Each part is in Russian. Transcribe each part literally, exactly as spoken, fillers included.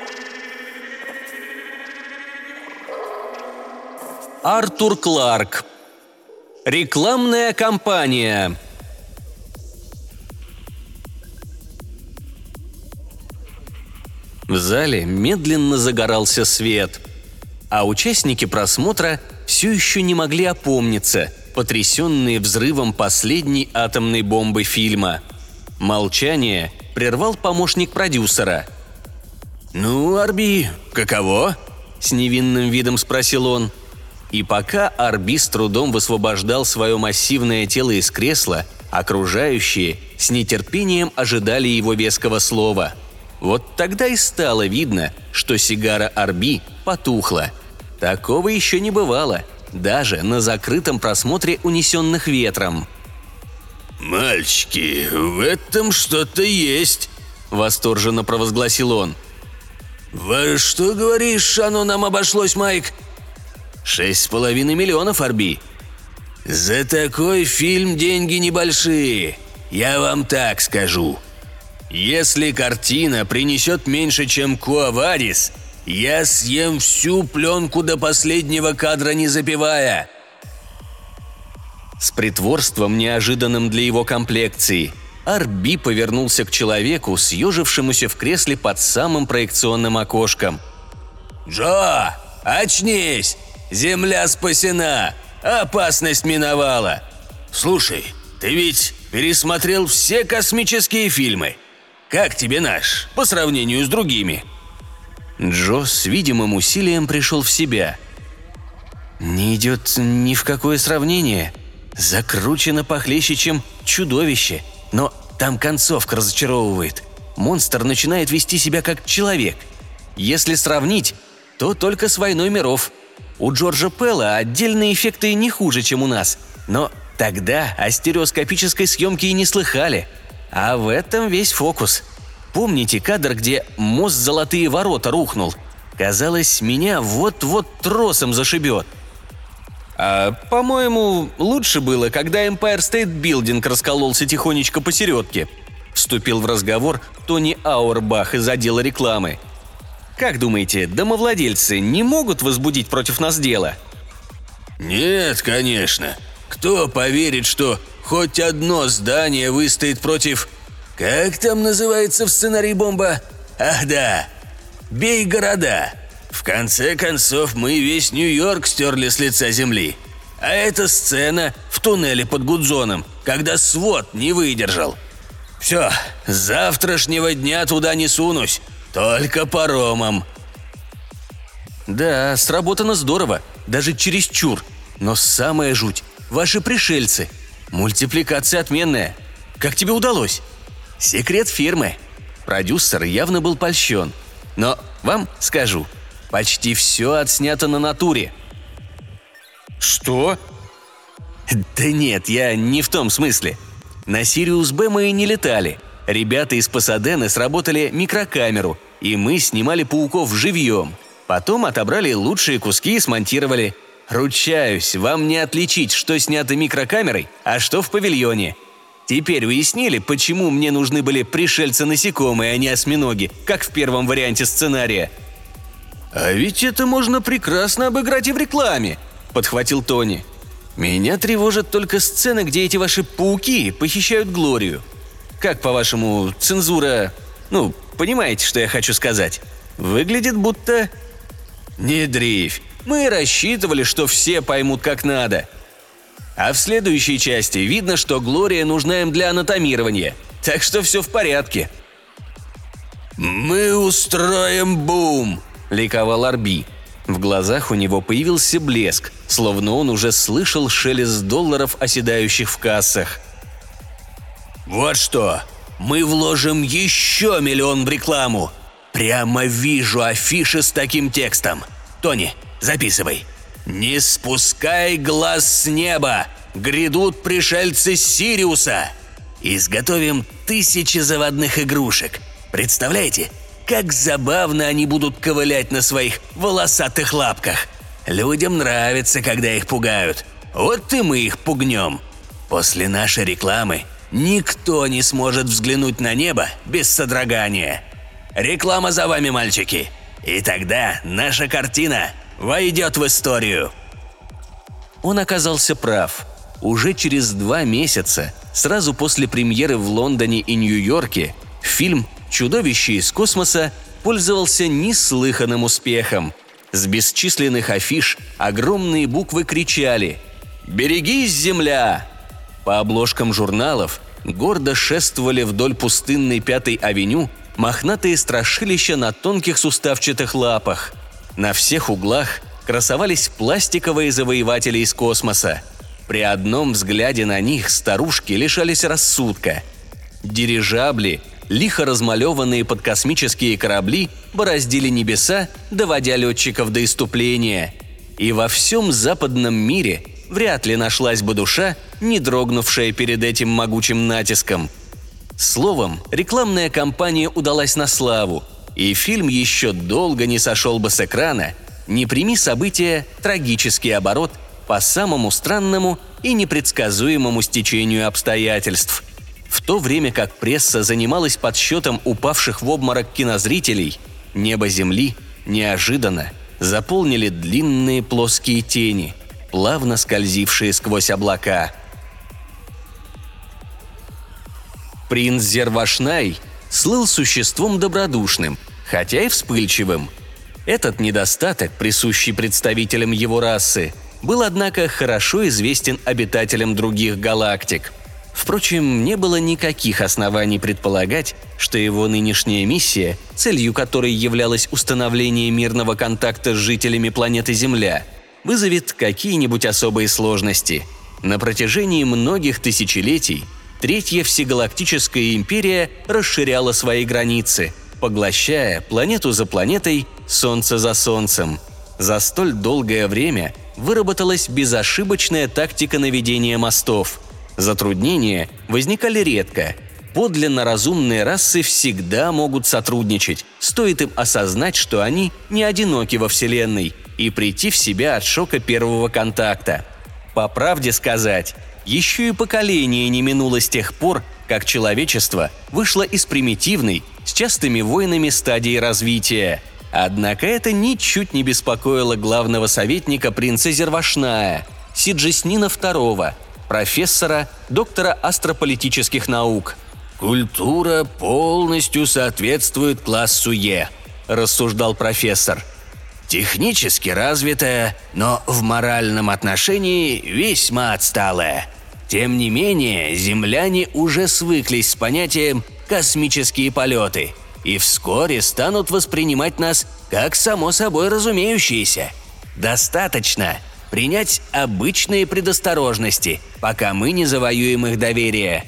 Артур Кларк. Рекламная кампания. В зале медленно загорался свет, а участники просмотра все еще не могли опомниться, потрясенные взрывом последней атомной бомбы фильма. Молчание прервал помощник продюсера. «Ну, Арби, каково?» – с невинным видом спросил он. И пока Арби с трудом высвобождал свое массивное тело из кресла, окружающие с нетерпением ожидали его веского слова. Вот тогда и стало видно, что сигара Арби потухла. Такого еще не бывало, даже на закрытом просмотре «Унесенных ветром». «Мальчики, в этом что-то есть», – восторженно провозгласил он. «Во что, говоришь, оно нам обошлось, Майк?» «Шесть с половиной миллионов, Арби». «За такой фильм деньги небольшие, я вам так скажу. Если картина принесет меньше, чем «Quo Vadis», я съем всю пленку до последнего кадра, не запивая». С притворством, неожиданным для его комплекции, Арби повернулся к человеку, съежившемуся в кресле под самым проекционным окошком. «Джо, очнись! Земля спасена! Опасность миновала! Слушай, ты ведь пересмотрел все космические фильмы. Как тебе наш, по сравнению с другими?» Джо с видимым усилием пришел в себя. «Не идет ни в какое сравнение. Закручено похлеще, чем «Чудовище». Но там концовка разочаровывает. Монстр начинает вести себя как человек. Если сравнить, то только с «Войной миров». У Джорджа Пелла отдельные эффекты не хуже, чем у нас. Но тогда о стереоскопической съемке и не слыхали. А в этом весь фокус. Помните кадр, где мост «Золотые ворота» рухнул? Казалось, меня вот-вот тросом зашибет. А, по-моему, лучше было, когда Empire State Building раскололся тихонечко посередке. Вступил в разговор Тони Ауэрбах из отдела рекламы. Как думаете, домовладельцы не могут возбудить против нас дело? «Нет, конечно. Кто поверит, что хоть одно здание выстоит против... Как там называется в сценарии бомба? Ах да, «Бей города». В конце концов, мы весь Нью-Йорк стерли с лица земли. А эта сцена в туннеле под Гудзоном, когда свод не выдержал. Все, с завтрашнего дня туда не сунусь, только паромом. Да, сработано здорово, даже чересчур. Но самая жуть – ваши пришельцы. Мультипликация отменная. Как тебе удалось? Секрет фирмы. Продюсер явно был польщен. Но вам скажу, почти все отснято на натуре. Что? Да нет, я не в том смысле. На Сириус Б мы и не летали. Ребята из Пасадены сработали микрокамеру, и мы снимали пауков живьем. Потом отобрали лучшие куски и смонтировали. Ручаюсь, вам не отличить, что снято микрокамерой, а что в павильоне. Теперь уяснили, почему мне нужны были пришельцы-насекомые, а не осьминоги, как в первом варианте сценария? «А ведь это можно прекрасно обыграть и в рекламе», – подхватил Тони. «Меня тревожат только сцены, где эти ваши пауки похищают Глорию. Как, по-вашему, цензура... Ну, понимаете, что я хочу сказать? Выглядит будто...» «Не дрейфь. Мы рассчитывали, что все поймут как надо. А в следующей части видно, что Глория нужна им для анатомирования. Так что все в порядке». «Мы устроим бум!» – ликовал Арби. В глазах у него появился блеск, словно он уже слышал шелест долларов, оседающих в кассах. «Вот что! Мы вложим еще миллион в рекламу! Прямо вижу афиши с таким текстом! Тони, записывай! Не спускай глаз с неба! Грядут пришельцы с Сириуса! Изготовим тысячи заводных игрушек! Представляете, как забавно они будут ковылять на своих волосатых лапках! Людям нравится, когда их пугают. Вот и мы их пугнем! После нашей рекламы никто не сможет взглянуть на небо без содрогания! Реклама за вами, мальчики! И тогда наша картина войдет в историю». Он оказался прав. Уже через два месяца, сразу после премьеры в Лондоне и Нью-Йорке, фильм «Чудовище из космоса» пользовался неслыханным успехом. С бесчисленных афиш огромные буквы кричали «Берегись, Земля!». По обложкам журналов гордо шествовали вдоль пустынной Пятой авеню мохнатые страшилища на тонких суставчатых лапах. На всех углах красовались пластиковые завоеватели из космоса. При одном взгляде на них старушки лишались рассудка. Дирижабли, лихо размалеванные под космические корабли, бороздили небеса, доводя летчиков до исступления. И во всем западном мире вряд ли нашлась бы душа, не дрогнувшая перед этим могучим натиском. Словом, рекламная кампания удалась на славу, и фильм еще долго не сошел бы с экрана, не прими события трагический оборот по самому странному и непредсказуемому стечению обстоятельств. В то время как пресса занималась подсчетом упавших в обморок кинозрителей, небо Земли неожиданно заполнили длинные плоские тени, плавно скользившие сквозь облака. Принц Зервашнай слыл существом добродушным, хотя и вспыльчивым. Этот недостаток, присущий представителям его расы, был, однако, хорошо известен обитателям других галактик. Впрочем, не было никаких оснований предполагать, что его нынешняя миссия, целью которой являлось установление мирного контакта с жителями планеты Земля, вызовет какие-нибудь особые сложности. На протяжении многих тысячелетий Третья Всегалактическая империя расширяла свои границы, поглощая планету за планетой, Солнце за Солнцем. За столь долгое время выработалась безошибочная тактика наведения мостов. Затруднения возникали редко. Подлинно разумные расы всегда могут сотрудничать, стоит им осознать, что они не одиноки во Вселенной, и прийти в себя от шока первого контакта. По правде сказать, еще и поколение не минуло с тех пор, как человечество вышло из примитивной, с частыми войнами стадии развития. Однако это ничуть не беспокоило главного советника принца Зервашная, Сиджеснина второго, профессора, доктора астрополитических наук. «Культура полностью соответствует классу Е», – рассуждал профессор. «Технически развитая, но в моральном отношении весьма отсталая. Тем не менее, земляне уже свыклись с понятием «космические полеты» и вскоре станут воспринимать нас как само собой разумеющиеся. Достаточно принять обычные предосторожности, пока мы не завоюем их доверие».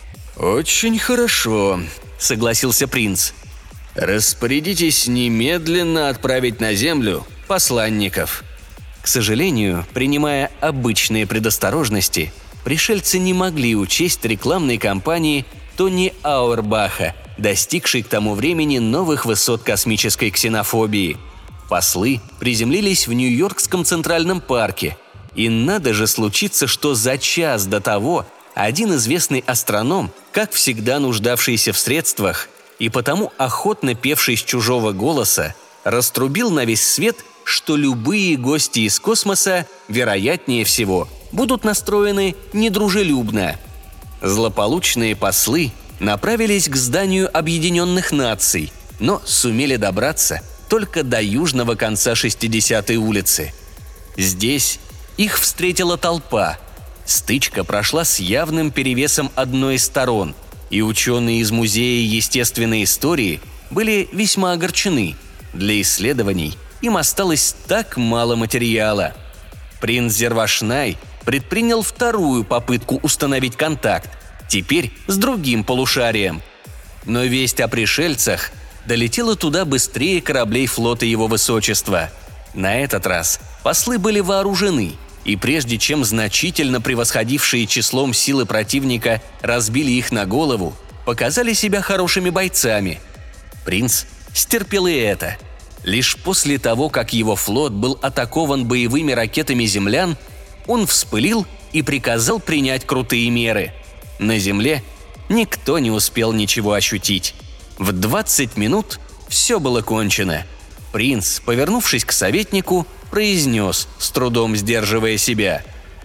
«Очень хорошо», — согласился принц. «Распорядитесь немедленно отправить на Землю посланников». К сожалению, принимая обычные предосторожности, пришельцы не могли учесть рекламной кампании Тони Ауэрбаха, достигшей к тому времени новых высот космической ксенофобии. Послы приземлились в Нью-Йоркском Центральном парке. И надо же случиться, что за час до того один известный астроном, как всегда нуждавшийся в средствах и потому охотно певший с чужого голоса, раструбил на весь свет, что любые гости из космоса, вероятнее всего, будут настроены недружелюбно. Злополучные послы направились к зданию Объединенных Наций, но сумели добраться только до южного конца шестидесятой улицы. Здесь их встретила толпа. Стычка прошла с явным перевесом одной из сторон, и ученые из Музея естественной истории были весьма огорчены. Для исследований им осталось так мало материала. Принц Зервашнай предпринял вторую попытку установить контакт, теперь с другим полушарием. Но весть о пришельцах долетела туда быстрее кораблей флота его высочества. На этот раз послы были вооружены, и прежде чем значительно превосходившие числом силы противника разбили их на голову, показали себя хорошими бойцами. Принц стерпел и это. Лишь после того, как его флот был атакован боевыми ракетами землян, он вспылил и приказал принять крутые меры. На Земле никто не успел ничего ощутить. В двадцать минут все было кончено. Принц, повернувшись к советнику, произнес, с трудом сдерживая себя.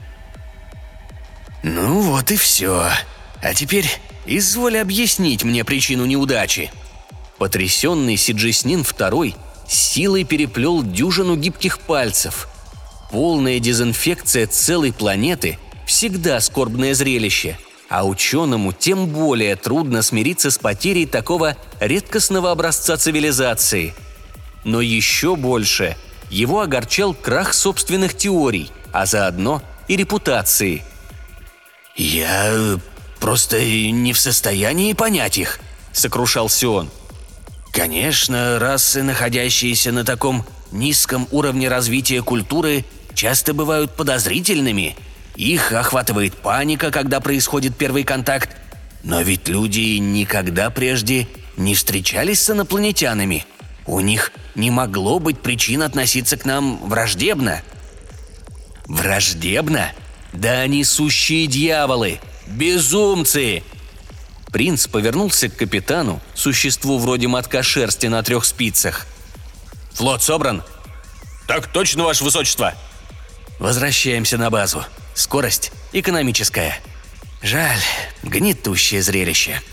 «Ну вот и все. А теперь изволь объяснить мне причину неудачи». Потрясенный Сиджеснин второй силой переплел дюжину гибких пальцев. Полная дезинфекция целой планеты – всегда скорбное зрелище, а ученому тем более трудно смириться с потерей такого редкостного образца цивилизации. Но еще больше его огорчал крах собственных теорий, а заодно и репутации. «Я просто не в состоянии понять их», — сокрушался он. «Конечно, расы, находящиеся на таком низком уровне развития культуры, часто бывают подозрительными. Их охватывает паника, когда происходит первый контакт. Но ведь люди никогда прежде не встречались с инопланетянами. У них не могло быть причин относиться к нам враждебно». «Враждебно? Да они сущие дьяволы! Безумцы!» Принц повернулся к капитану, существу вроде мотка шерсти на трех спицах. «Флот собран?» «Так точно, ваше высочество!» «Возвращаемся на базу. Скорость экономическая. Жаль, гнетущее зрелище».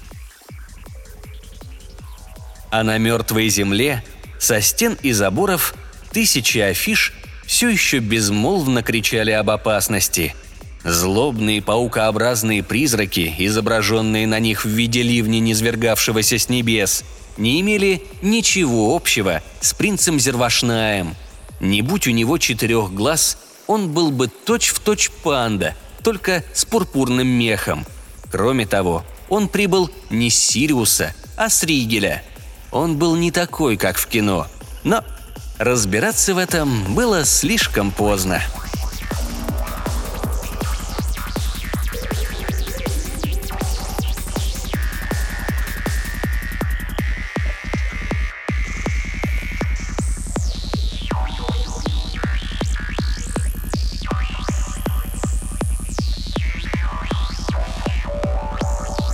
А на мертвой земле, со стен и заборов, тысячи афиш все еще безмолвно кричали об опасности. Злобные паукообразные призраки, изображенные на них в виде ливня, низвергавшегося с небес, не имели ничего общего с принцем Зервашнаем. Не будь у него четырех глаз, он был бы точь-в-точь панда, только с пурпурным мехом. Кроме того, он прибыл не с Сириуса, а с Ригеля. Он был не такой, как в кино, но разбираться в этом было слишком поздно.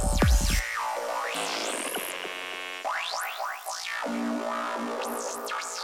Wow.